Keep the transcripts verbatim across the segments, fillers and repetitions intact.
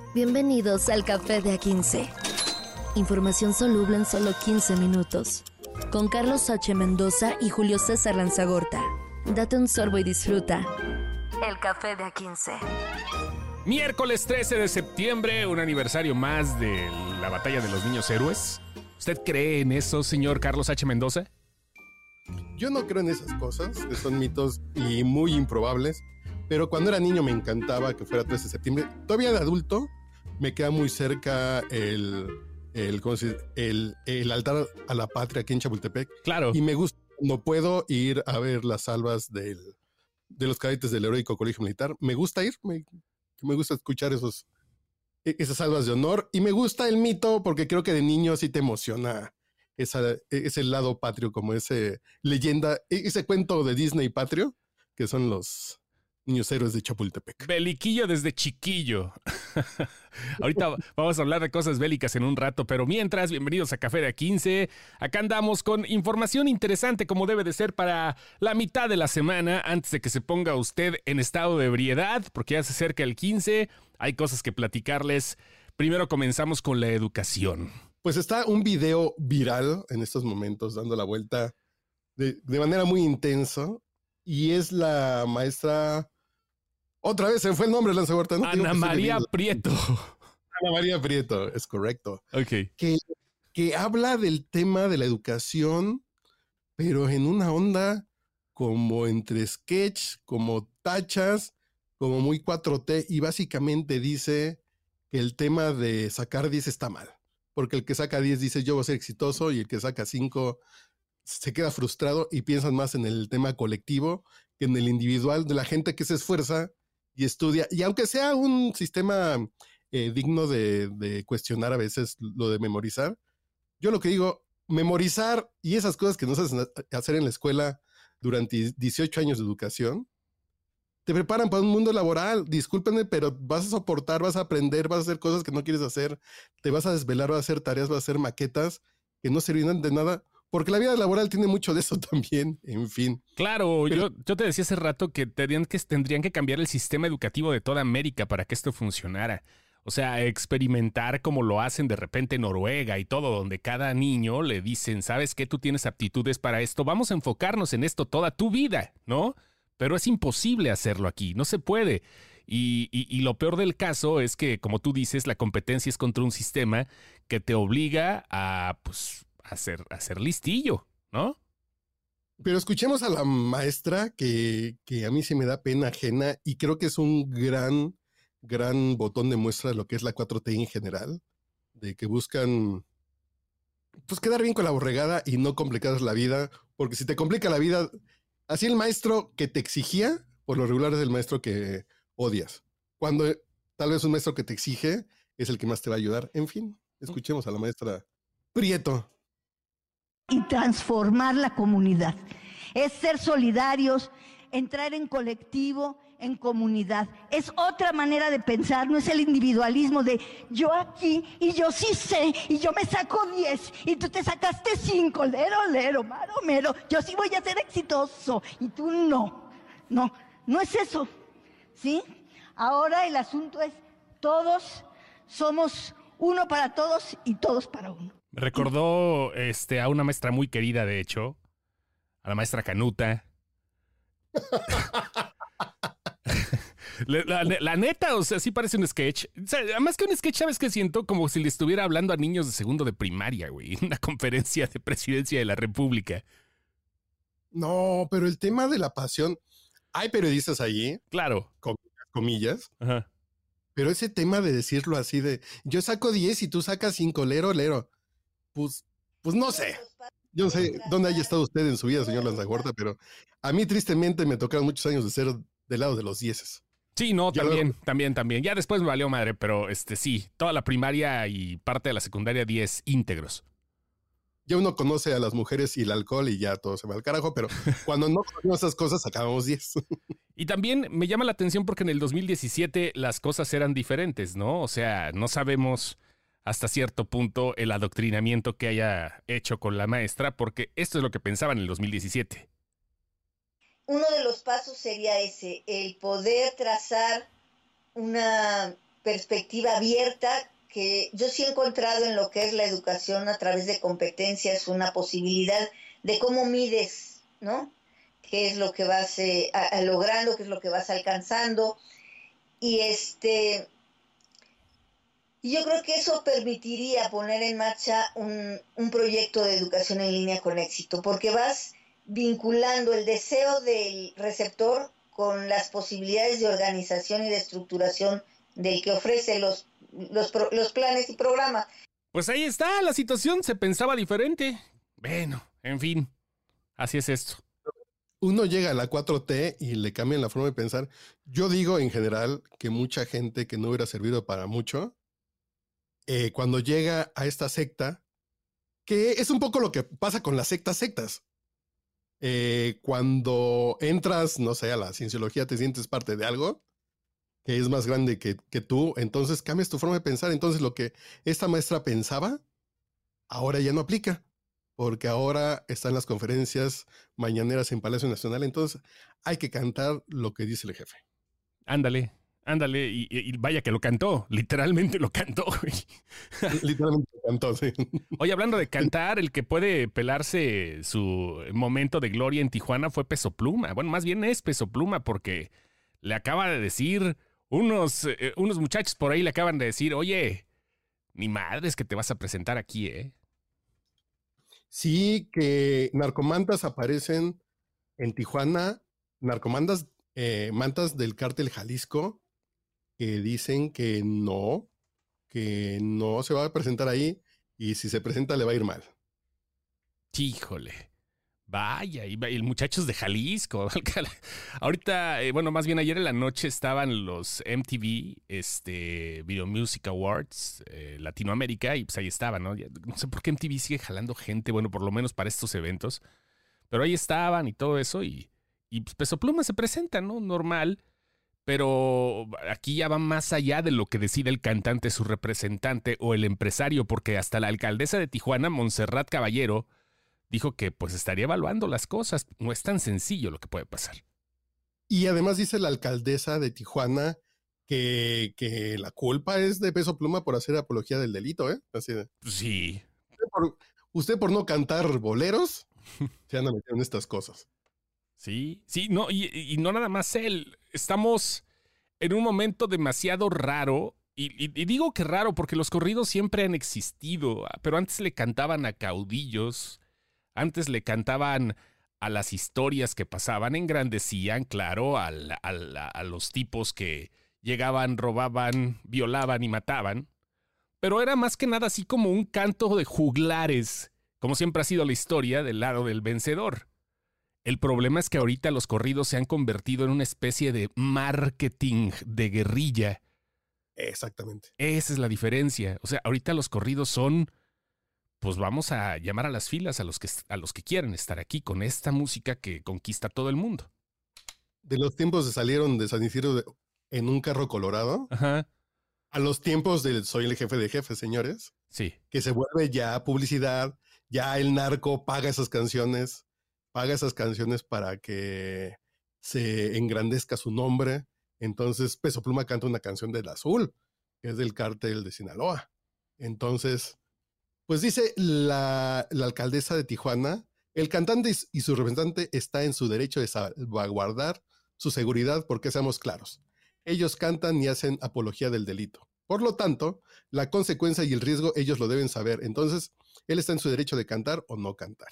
Bienvenidos al Café de A quince. Información soluble en solo quince minutos. Con Carlos H. Mendoza y Julio César Lanzagorta. Date un sorbo y disfruta. El Café de A quince. Miércoles trece de septiembre, un aniversario más de la batalla de los niños héroes. ¿Usted cree en eso, señor Carlos H. Mendoza? Yo no creo en esas cosas, que son mitos y muy improbables, pero cuando era niño me encantaba que fuera trece de septiembre. Todavía de adulto me queda muy cerca el, el, ¿cómo se dice? el, el altar a la patria aquí en Chapultepec. Claro. Y me gusta, no puedo ir a ver las salvas del, de los cadetes del Heroico Colegio Militar. Me gusta ir, me, me gusta escuchar esos, esas salvas de honor, y me gusta el mito porque creo que de niño sí te emociona esa, ese lado patrio, como ese leyenda, ese cuento de Disney patrio, que son los niños héroes de Chapultepec. Beliquillo desde chiquillo. Ahorita vamos a hablar de cosas bélicas en un rato, pero mientras, bienvenidos a Café de A quince. Acá andamos con información interesante, como debe de ser para la mitad de la semana, antes de que se ponga usted en estado de ebriedad, porque ya se acerca el quince. Hay cosas que platicarles. Primero comenzamos con la educación. Pues está un video viral en estos momentos dando la vuelta de, de manera muy intensa, y es la maestra... Otra vez se me fue el nombre, Lanzagorta. ¿No? Ana María Prieto. Ana María Prieto, es correcto. Ok. Que, que habla del tema de la educación, pero en una onda como entre sketch, como tachas, como muy cuatro T, y básicamente dice que el tema de sacar diez está mal, porque el que saca diez dice yo voy a ser exitoso, y el que saca cinco se queda frustrado, y piensan más en el tema colectivo que en el individual de la gente que se esfuerza y estudia. Y aunque sea un sistema eh, digno de, de cuestionar a veces lo de memorizar, yo lo que digo, memorizar y esas cosas que nos hacen hacer en la escuela durante dieciocho años de educación, te preparan para un mundo laboral. Discúlpenme, pero vas a soportar, vas a aprender, vas a hacer cosas que no quieres hacer, te vas a desvelar, vas a hacer tareas, vas a hacer maquetas que no servirán de nada, porque la vida laboral tiene mucho de eso también, en fin. Claro, Pero, yo, yo te decía hace rato que tendrían, que tendrían que cambiar el sistema educativo de toda América para que esto funcionara. O sea, experimentar como lo hacen de repente en Noruega y todo, donde cada niño le dicen, ¿sabes qué? Tú tienes aptitudes para esto, vamos a enfocarnos en esto toda tu vida, ¿no? Pero es imposible hacerlo aquí, no se puede. Y, y, y lo peor del caso es que, como tú dices, la competencia es contra un sistema que te obliga a, pues, a ser, a ser listillo, ¿no? pero escuchemos a la maestra, que, que a mí se me da pena ajena, y creo que es un gran, gran botón de muestra de lo que es la cuatro T en general, de que buscan pues quedar bien con la borregada y no complicar la vida, porque si te complica la vida, así el maestro que te exigía, por lo regular es el maestro que odias. Cuando tal vez un maestro que te exige es el que más te va a ayudar. En fin, escuchemos a la maestra Prieto. Y transformar la comunidad. Es ser solidarios, entrar en colectivo, en comunidad. Es otra manera de pensar, no es el individualismo de yo aquí y yo sí sé y yo me saco diez y tú te sacaste cinco, lero, lero, maro, mero, yo sí voy a ser exitoso y tú no. No, no es eso, ¿sí? Ahora el asunto es todos somos uno para todos y todos para uno. Me recordó este, a una maestra muy querida, de hecho, a la maestra Canuta. la, la, la neta, o sea, sí parece un sketch. O sea, más que un sketch, ¿sabes qué siento? Como si le estuviera hablando a niños de segundo de primaria, güey, en una conferencia de presidencia de la República. No, pero el tema de la pasión, hay periodistas allí, claro, com- comillas, ajá, pero ese tema de decirlo así de yo saco diez y tú sacas cinco, lero, lero, pues, pues no sé. Yo no sé dónde haya estado usted en su vida, señor Lanzagorta, pero a mí tristemente me tocaron muchos años de ser del lado de los dieces. Sí, no, Ya también, luego, también, también. Ya después me valió madre, pero este sí, toda la primaria y parte de la secundaria diez íntegros. ya uno conoce a las mujeres y el alcohol y ya todo se va al carajo, pero cuando no conocemos esas cosas acabamos diez. Y también me llama la atención porque en el dos mil diecisiete las cosas eran diferentes, ¿no? O sea, no sabemos hasta cierto punto el adoctrinamiento que haya hecho con la maestra, porque esto es lo que pensaba en el dos mil diecisiete. Uno de los pasos sería ese, el poder trazar una perspectiva abierta, que yo sí he encontrado en lo que es la educación a través de competencias una posibilidad de cómo mides, ¿no? Qué es lo que vas eh, a, a logrando, qué es lo que vas alcanzando. Y este, yo creo que eso permitiría poner en marcha un, un proyecto de educación en línea con éxito, porque vas vinculando el deseo del receptor con las posibilidades de organización y de estructuración del que ofrece los, los, los planes y programas. Pues ahí está, la situación se pensaba diferente. Bueno, en fin, así es esto. Uno llega a la cuatro T y le cambian la forma de pensar. Yo digo en general que mucha gente que no hubiera servido para mucho, eh, cuando llega a esta secta, que es un poco lo que pasa con las sectas sectas. Eh, cuando entras, no sé, a la cienciología, te sientes parte de algo que es más grande que, que tú, entonces cambias tu forma de pensar. Entonces lo que esta maestra pensaba, ahora ya no aplica, porque ahora están las conferencias mañaneras en Palacio Nacional, entonces hay que cantar lo que dice el jefe. Ándale, ándale, y, y vaya que lo cantó, literalmente lo cantó. Literalmente lo cantó, sí. Oye, hablando de cantar, el que puede pelarse su momento de gloria en Tijuana fue Peso Pluma. Bueno, más bien es Peso Pluma, porque le acaba de decir, unos, eh, unos muchachos por ahí le acaban de decir, oye, ni madres que te vas a presentar aquí, ¿eh? Sí, que narcomantas aparecen en Tijuana, narcomantas, eh, mantas del cártel Jalisco, que dicen que no, que no se va a presentar ahí, y si se presenta le va a ir mal. Híjole. Vaya, y el muchachos de Jalisco. Ahorita, eh, bueno, más bien ayer en la noche estaban los M T V, este, Video Music Awards, eh, Latinoamérica, y pues ahí estaban, ¿no? No sé por qué M T V sigue jalando gente, bueno, por lo menos para estos eventos, pero ahí estaban y todo eso, y, y pues Peso Pluma se presenta, ¿no? Normal, pero aquí ya va más allá de lo que decide el cantante, su representante o el empresario, porque hasta la alcaldesa de Tijuana, Montserrat Caballero, dijo que pues estaría evaluando las cosas. No es tan sencillo lo que puede pasar. Y además dice la alcaldesa de Tijuana que, que la culpa es de Peso Pluma por hacer apología del delito, ¿eh? Así de, sí. Usted por, usted por no cantar boleros se anda metiendo en estas cosas. Sí, sí, no, y, y no nada más él. Estamos en un momento demasiado raro. Y, y, y digo que raro porque los corridos siempre han existido, pero antes le cantaban a caudillos. Antes le cantaban a las historias que pasaban, engrandecían, claro, al, al, a los tipos que llegaban, robaban, violaban y mataban. Pero era más que nada así como un canto de juglares, como siempre ha sido la historia del lado del vencedor. El problema es que ahorita los corridos se han convertido en una especie de marketing de guerrilla. Exactamente. Esa es la diferencia. O sea, ahorita los corridos son... pues vamos a llamar a las filas a los que, a los que quieren estar aquí con esta música que conquista a todo el mundo. De los tiempos de salieron de San Isidro de, en un carro colorado, ajá, a los tiempos del soy el jefe de jefes, señores. Sí. Que se vuelve ya publicidad, ya el narco paga esas canciones, paga esas canciones para que se engrandezca su nombre. Entonces Peso Pluma canta una canción del Azul, que es del cártel de Sinaloa. Entonces... pues dice la, la alcaldesa de Tijuana, el cantante y su representante está en su derecho de salvaguardar su seguridad porque seamos claros. Ellos cantan y hacen apología del delito. Por lo tanto, la consecuencia y el riesgo ellos lo deben saber. Entonces, él está en su derecho de cantar o no cantar.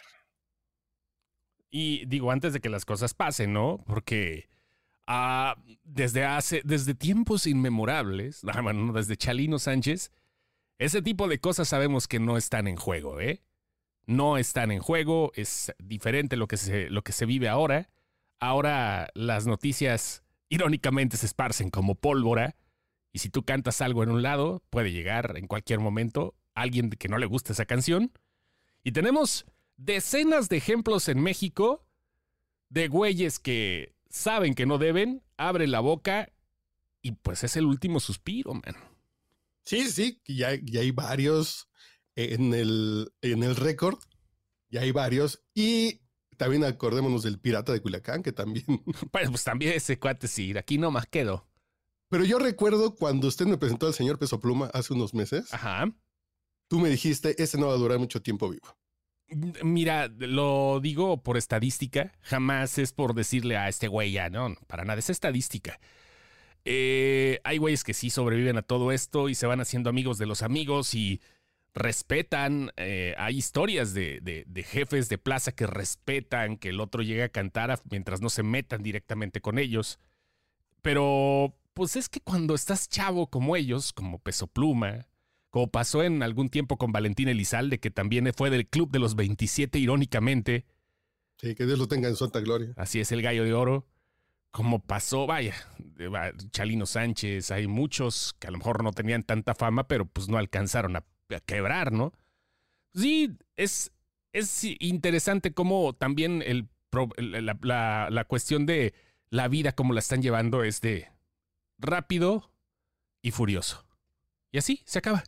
Y digo, antes de que las cosas pasen, ¿no? Porque uh, desde hace, desde tiempos inmemorables, bueno, desde Chalino Sánchez, ese tipo de cosas sabemos que no están en juego, ¿eh? No están en juego, es diferente lo que se, lo que se vive ahora. Ahora las noticias, irónicamente, se esparcen como pólvora. Y si tú cantas algo en un lado, puede llegar en cualquier momento alguien que no le guste esa canción. Y tenemos decenas de ejemplos en México de güeyes que saben que no deben, abren la boca y pues es el último suspiro, man. Sí, sí, ya, ya hay varios en el, en el récord, ya hay varios. Y también acordémonos del pirata de Culiacán, que también... Pues, pues también ese cuate sí, aquí no más quedo. Pero yo recuerdo cuando usted me presentó al señor Peso Pluma hace unos meses. Ajá. Tú me dijiste, ese no va a durar mucho tiempo vivo. Mira, lo digo por estadística, jamás es por decirle a este güey ya, no, para nada, es estadística. Eh, hay güeyes que sí sobreviven a todo esto y se van haciendo amigos de los amigos y respetan. Eh, hay historias de, de, de jefes de plaza que respetan que el otro llegue a cantar a, mientras no se metan directamente con ellos. Pero pues es que cuando estás chavo como ellos, como Peso Pluma, como pasó en algún tiempo con Valentín Elizalde, que también fue del Club de los veintisiete irónicamente. Sí, que Dios lo tenga en santa gloria. Así es, el Gallo de Oro. Como pasó, vaya, Chalino Sánchez, hay muchos que a lo mejor no tenían tanta fama, pero pues no alcanzaron a, a quebrar, ¿no? Sí, es, es interesante cómo también el, la, la, la cuestión de la vida, como la están llevando, es de rápido y furioso. Y así se acaba.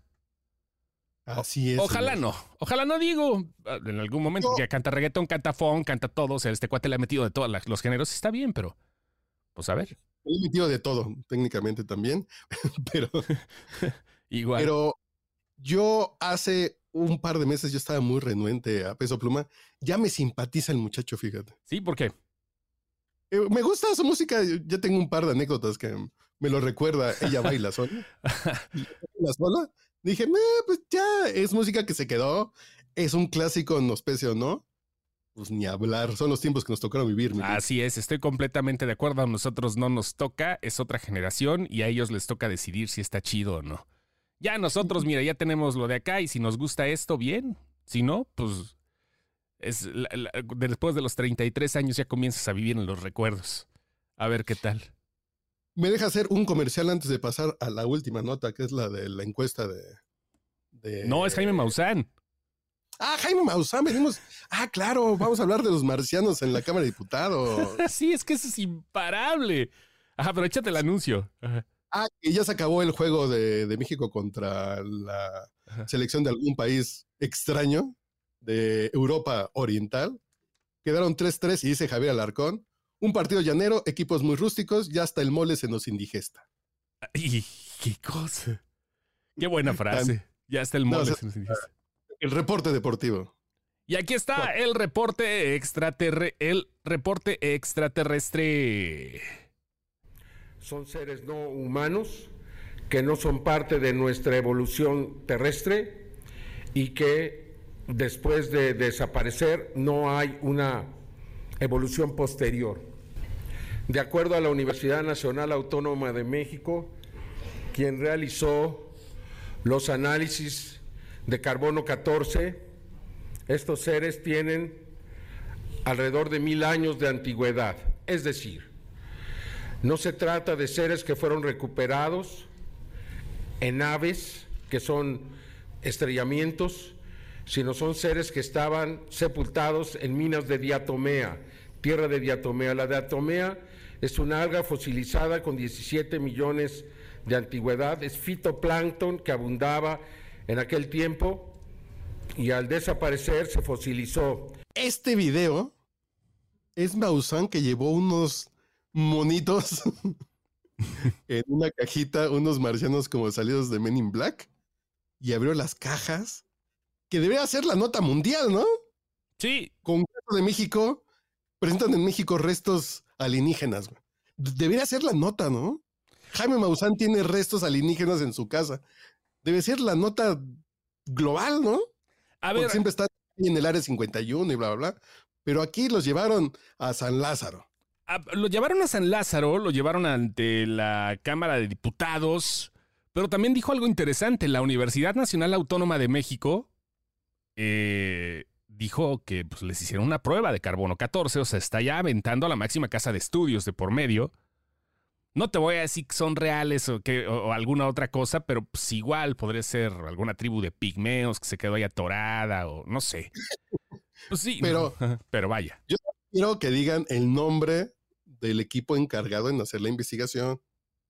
Así es. Ojalá señor. no, ojalá no digo, en algún momento No. que canta reggaetón, canta funk, canta todo, o sea, este cuate le ha metido de todos la- los géneros, está bien, pero pues a ver, He metido de todo, técnicamente también. pero, igual. pero yo hace un par de meses yo estaba muy renuente a Peso Pluma. Ya me simpatiza el muchacho, fíjate. Sí, ¿por qué? Eh, me gusta su música. Ya tengo un par de anécdotas que me lo recuerda. Ella baila sola. La sola. Dije, "Meh, pues ya es música que se quedó. Es un clásico, nos pese o no. Pues ni hablar. Son los tiempos que nos tocaron vivir. mi Así es, estoy completamente de acuerdo. A nosotros no nos toca, es otra generación y a ellos les toca decidir si está chido o no. Ya nosotros, mira, ya tenemos lo de acá y si nos gusta esto, bien. Si no, pues es la- la- después de los treinta y tres años ya comienzas a vivir en los recuerdos. A ver qué tal. ¿Me deja hacer un comercial antes de pasar a la última nota, que es la de la encuesta de... de- No, es Jaime Maussan. Ah, Jaime Maussan, venimos... Ah, claro, vamos a hablar de los marcianos en la Cámara de Diputados. Sí, es que eso es imparable. Ajá, pero échate el anuncio. Ajá. Ah, y ya se acabó el juego de, de México contra la Ajá. selección de algún país extraño de Europa Oriental. Quedaron tres tres y dice Javier Alarcón, un partido llanero, equipos muy rústicos, ya hasta el mole se nos indigesta. Y qué cosa. Qué buena frase. Ya está el No, mole. o sea, se nos dice. El reporte deportivo. Y aquí está el reporte extraterre el reporte extraterrestre. Son seres no humanos que no son parte de nuestra evolución terrestre y que después de desaparecer no hay una evolución posterior. De acuerdo a la Universidad Nacional Autónoma de México, quien realizó los análisis de carbono catorce, estos seres tienen alrededor de mil años de antigüedad, es decir, no se trata de seres que fueron recuperados en naves, que son estrellamientos, sino son seres que estaban sepultados en minas de diatomea, tierra de diatomea. La diatomea es una alga fosilizada con diecisiete millones de antigüedad, es fitoplancton que abundaba en aquel tiempo y al desaparecer se fosilizó. Este video es Maussan que llevó unos monitos en una cajita, unos marcianos como salidos de Men in Black, y abrió las cajas, que debería ser la nota mundial, ¿no? Sí, Congreso de México, presentan en México restos alienígenas. güey. Debería ser la nota, ¿no? Jaime Maussan tiene restos alienígenas en su casa. Debe ser la nota global, ¿no? a Porque ver, siempre está en el área cincuenta y uno y bla, bla, bla. Pero aquí los llevaron a San Lázaro. a- lo llevaron a San Lázaro, lo llevaron ante la Cámara de Diputados, pero también dijo algo interesante. La Universidad Nacional Autónoma de México eh, dijo que pues, les hicieron una prueba de carbono catorce, o sea, está ya aventando a la máxima casa de estudios de por medio. No te voy a decir que son reales o, que, o, o alguna otra cosa, pero pues igual podría ser alguna tribu de pigmeos que se quedó ahí atorada o no sé. Pues sí, Pero- no, pero vaya. Quiero que digan el nombre del equipo encargado en hacer la investigación.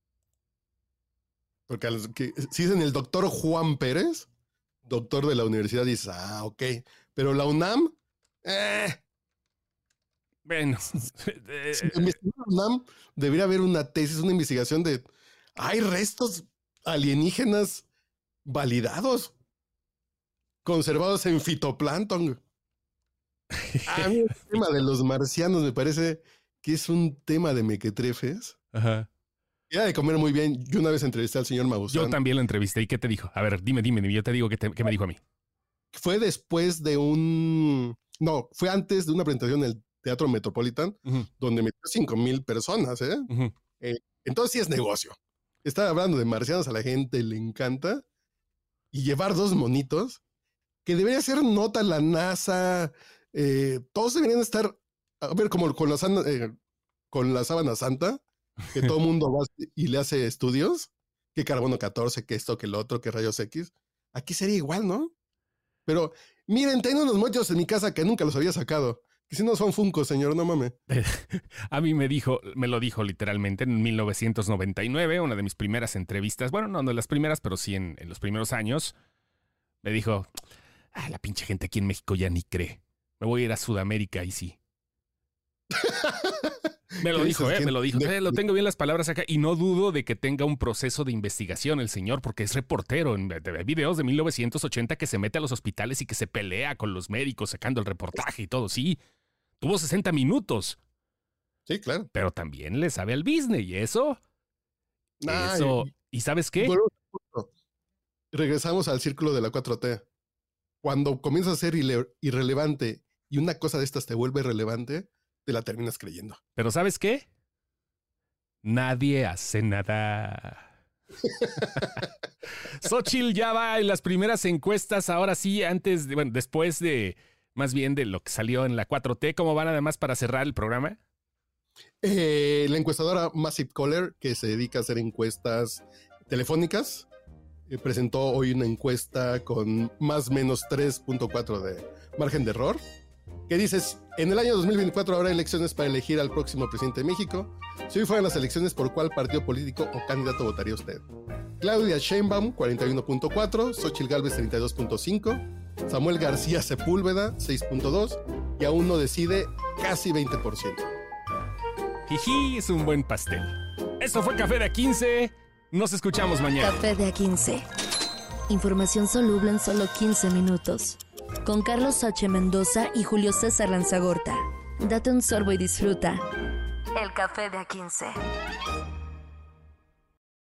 Porque a los que, si dicen el doctor Juan Pérez, doctor de la universidad, dices, ah, ok. Pero la UNAM, eh, Bueno, si investiga la UNAM, debería haber una tesis, una investigación de hay restos alienígenas validados, conservados en fitoplancton. A mí el tema de los marcianos me parece que es un tema de mequetrefes. Ajá. Era de comer muy bien. Yo una vez entrevisté al señor Maussan. Yo también lo entrevisté. ¿Y qué te dijo? A ver, dime, dime, yo te digo qué, te, qué me dijo a mí. Fue después de un... No, fue antes de una presentación en el Teatro Metropolitan, uh-huh. donde metió cinco mil personas, ¿eh? Uh-huh. eh entonces sí es negocio. Estaba hablando de marcianos, a la gente le encanta. Y llevar dos monitos, que debería ser nota la NASA, eh, todos deberían estar, a ver, como con la, eh, con la sábana santa, que todo el mundo va y le hace estudios, que carbono catorce, que esto, que el otro, que rayos X. Aquí sería igual, ¿no? Pero miren, tengo unos mochos en mi casa que nunca los había sacado. Que si no son Funko, señor, no mames. A mí me dijo, me lo dijo literalmente en mil novecientos noventa y nueve, una de mis primeras entrevistas. Bueno, no de las primeras, pero sí en, en los primeros años. Me dijo, ah, la pinche gente aquí en México ya ni cree. Me voy a ir a Sudamérica y sí. Me lo dijo, eh, me lo dijo. Eh, lo tengo bien las palabras acá y no dudo de que tenga un proceso de investigación el señor, porque es reportero. En de videos de mil novecientos ochenta que se mete a los hospitales y que se pelea con los médicos sacando el reportaje y todo, sí. Tuvo sesenta minutos. Sí, claro. Pero también le sabe al business y eso. Ay, eso. ¿Y sabes qué? Bueno, regresamos al círculo de la cuatro T. Cuando comienza a ser irre- irrelevante y una cosa de estas te vuelve relevante, te la terminas creyendo. Pero ¿sabes qué? Nadie hace nada. Xóchitl ya va en las primeras encuestas. Ahora sí, antes de, bueno, después de... Más bien de lo que salió en la cuatro T. ¿Cómo van además para cerrar el programa? Eh, la encuestadora Massive Caller, que se dedica a hacer encuestas telefónicas, eh, presentó hoy una encuesta con más o menos tres punto cuatro de margen de error, que dice, en el año dos mil veinticuatro habrá elecciones para elegir al próximo presidente de México. Si hoy fueran las elecciones, ¿por cuál partido político o candidato votaría usted? Claudia Sheinbaum, cuarenta y uno punto cuatro, Xóchitl Gálvez, treinta y dos punto cinco, Samuel García Sepúlveda, seis punto dos, y aún no decide, casi veinte por ciento. Jiji, es un buen pastel. Esto fue Café de A quince. Nos escuchamos mañana. Café de A quince. Información soluble en solo quince minutos. Con Carlos H. Mendoza y Julio César Lanzagorta. Date un sorbo y disfruta. El Café de A quince.